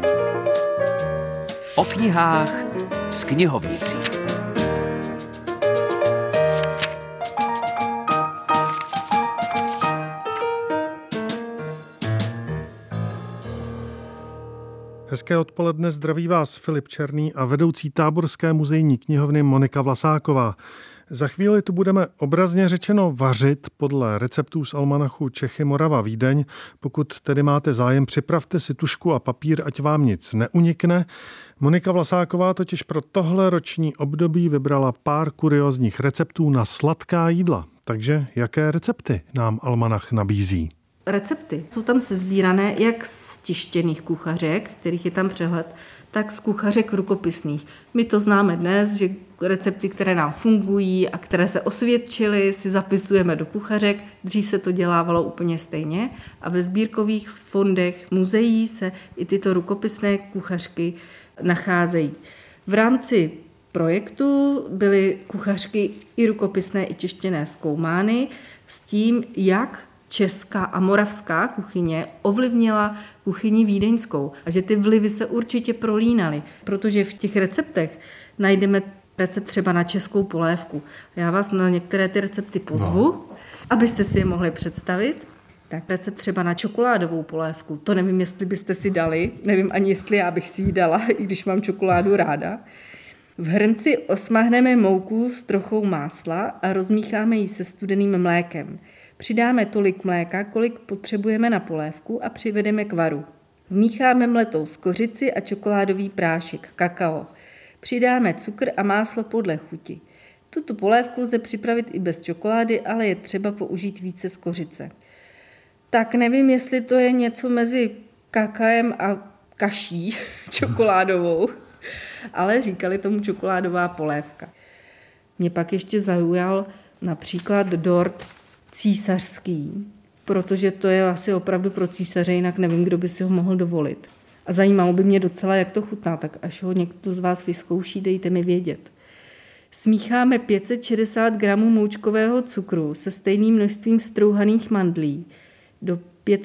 O knihách s knihovnicí. Hezké odpoledne, zdraví vás Filip Černý a vedoucí Táborské muzejní knihovny Monika Vlasáková. Za chvíli tu budeme obrazně řečeno vařit podle receptů z almanachu Čechy, Morava, Vídeň. Pokud tedy máte zájem, připravte si tužku a papír, ať vám nic neunikne. Monika Vlasáková totiž pro tohle roční období vybrala pár kuriózních receptů na sladká jídla. Takže jaké recepty nám almanach nabízí? Recepty jsou tam sesbírané jak z tištěných kuchařek, kterých je tam přehled, tak z kuchařek rukopisných. My to známe dnes, že recepty, které nám fungují a které se osvědčily, si zapisujeme do kuchařek. Dřív se to dělávalo úplně stejně a ve sbírkových fondech muzeí se i tyto rukopisné kuchařky nacházejí. V rámci projektu byly kuchařky i rukopisné, i tištěné zkoumány s tím, jak česká a moravská kuchyně ovlivnila kuchyni vídeňskou a že ty vlivy se určitě prolínaly, protože v těch receptech najdeme recept třeba na českou polévku. Já vás na některé ty recepty pozvu, abyste si je mohli představit. Tak recept třeba na čokoládovou polévku, to nevím, jestli byste si dali, nevím ani, jestli já bych si ji dala, i když mám čokoládu ráda. V hrnci osmahneme mouku s trochou másla a rozmícháme ji se studeným mlékem. Přidáme tolik mléka, kolik potřebujeme na polévku a přivedeme k varu. Vmícháme mletou skořici a čokoládový prášek, kakao. Přidáme cukr a máslo podle chuti. Tuto polévku lze připravit i bez čokolády, ale je třeba použít více skořice. Tak nevím, jestli to je něco mezi kakaem a kaší čokoládovou, ale říkali tomu čokoládová polévka. Mě pak ještě zaujal například dort císařský, protože to je asi opravdu pro císaře, jinak nevím, kdo by si ho mohl dovolit. A zajímalo by mě docela, jak to chutná, tak až ho někdo z vás vyzkouší, dejte mi vědět. Smícháme 560 gramů moučkového cukru se stejným množstvím strouhaných mandlí. Do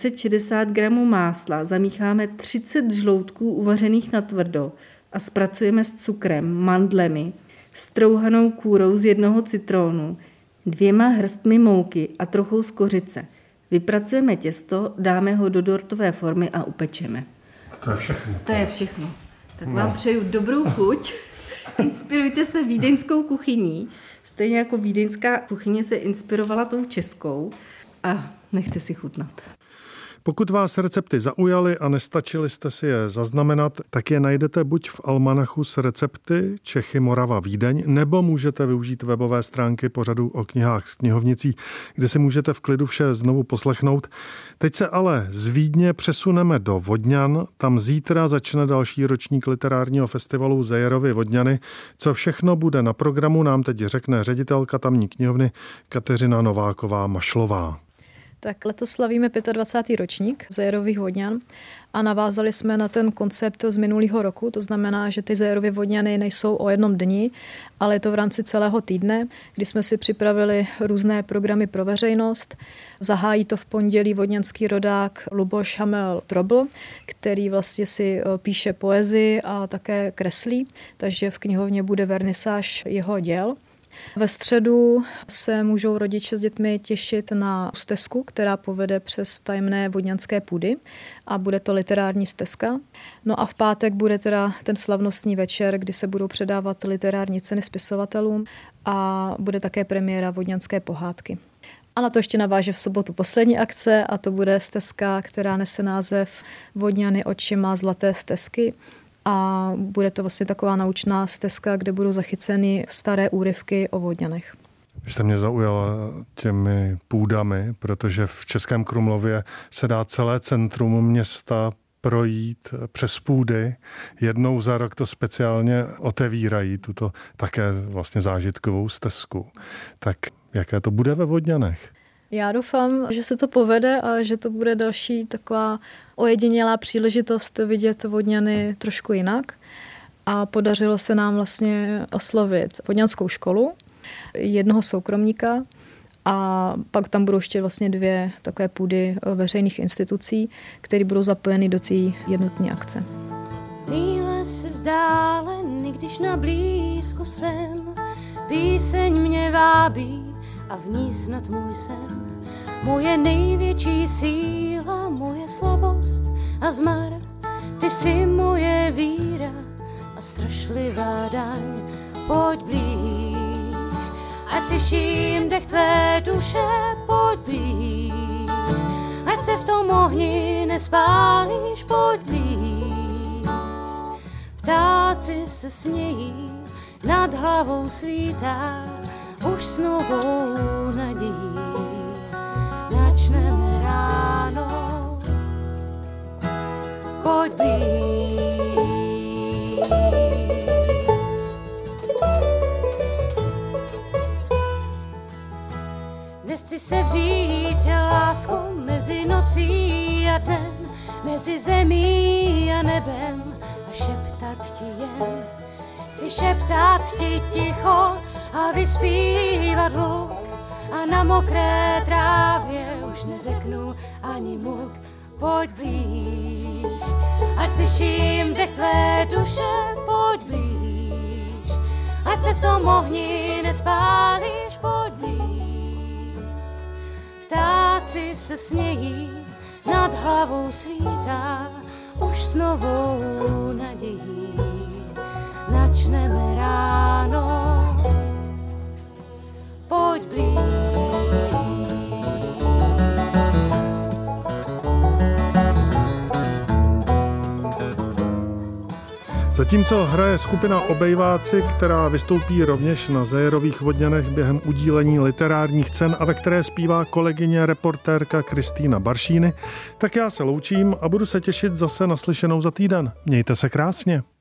560 gramů másla zamícháme 30 žloutků uvařených natvrdo a zpracujeme s cukrem, mandlemi, strouhanou kůrou z 1 citrónu, 2 hrstmi mouky a trochou skořice. Vypracujeme těsto, dáme ho do dortové formy a upečeme. To je všechno. To je všechno. Tak vám přeju dobrou chuť. Inspirujte se vídeňskou kuchyní. Stejně jako vídeňská kuchyně se inspirovala tou českou a nechte si chutnat. Pokud vás recepty zaujaly a nestačili jste si je zaznamenat, tak je najdete buď v almanachu s recepty Čechy, Morava, Vídeň, nebo můžete využít webové stránky pořadu o knihách s knihovnicí, kde si můžete v klidu vše znovu poslechnout. Teď se ale z Vídně přesuneme do Vodňan. Tam zítra začne další ročník literárního festivalu Zejerovy Vodňany. Co všechno bude na programu, nám teď řekne ředitelka tamní knihovny Kateřina Nováková-Mašlová. Tak letos slavíme 25. ročník Zejerových Vodňan a navázali jsme na ten koncept z minulého roku. To znamená, že ty Zejerovy Vodňany nejsou o jednom dni, ale je to v rámci celého týdne, kdy jsme si připravili různé programy pro veřejnost. Zahájí to v pondělí vodňanský rodák Luboš Hamel-Trobl, který vlastně si píše poezii a také kreslí, takže v knihovně bude vernisáž jeho děl. Ve středu se můžou rodiče s dětmi těšit na stezku, která povede přes tajemné vodňanské půdy a bude to literární stezka. No a v pátek bude teda ten slavnostní večer, kdy se budou předávat literární ceny spisovatelům a bude také premiéra vodňanské pohádky. A na to ještě naváže v sobotu poslední akce a to bude stezka, která nese název Vodňany očima zlaté stezky. A bude to vlastně taková naučná stezka, kde budou zachyceny staré úryvky o Vodňanech. Vy jste mě zaujala těmi půdami, protože v Českém Krumlově se dá celé centrum města projít přes půdy. Jednou za rok to speciálně otevírají, tuto také vlastně zážitkovou stezku. Tak jaké to bude ve Vodňanech? Já doufám, že se to povede a že to bude další taková ojedinělá příležitost vidět Vodňany trošku jinak. A podařilo se nám vlastně oslovit vodňanskou školu, jednoho soukromníka a pak tam budou ještě vlastně 2 takové půdy veřejných institucí, které budou zapojeny do té jednotné akce. vzdálen, i když na blízku jsem. Píseň mě vábí a v ní snad můj sen. Moje největší síla, moje slabost a zmar. Ty jsi moje víra a strašlivá daň. Pojď blíž, ať slyším dech tvé duše, pojď blíž. Ať se v tom ohni nespálíš, pojď blíž. Ptáci se smějí, nad hlavou svítá, už s novou nadějí. Načneme ráno, pojď blíž. Dnes chci se vřít láskou mezi nocí a dnem, mezi zemí a nebem a šeptat ti jen. Chci šeptat ti ticho a vyspívat hluk a na mokré trávě už neřeknu ani muk. Pojď blíž, ať slyším dech tvé duše, pojď blíž. Ať se v tom ohni nespálíš, pojď blíž. Ptáci se smějí, nad hlavou svítá, už s novou nadějí. Načneme ráno, pojď blíž. Zatímco hraje skupina Obejváci, která vystoupí rovněž na Zajerových Vodňanech během udílení literárních cen a ve které zpívá kolegyně reportérka Kristýna Baršíny, tak já se loučím a budu se těšit zase na slyšenou za týden. Mějte se krásně.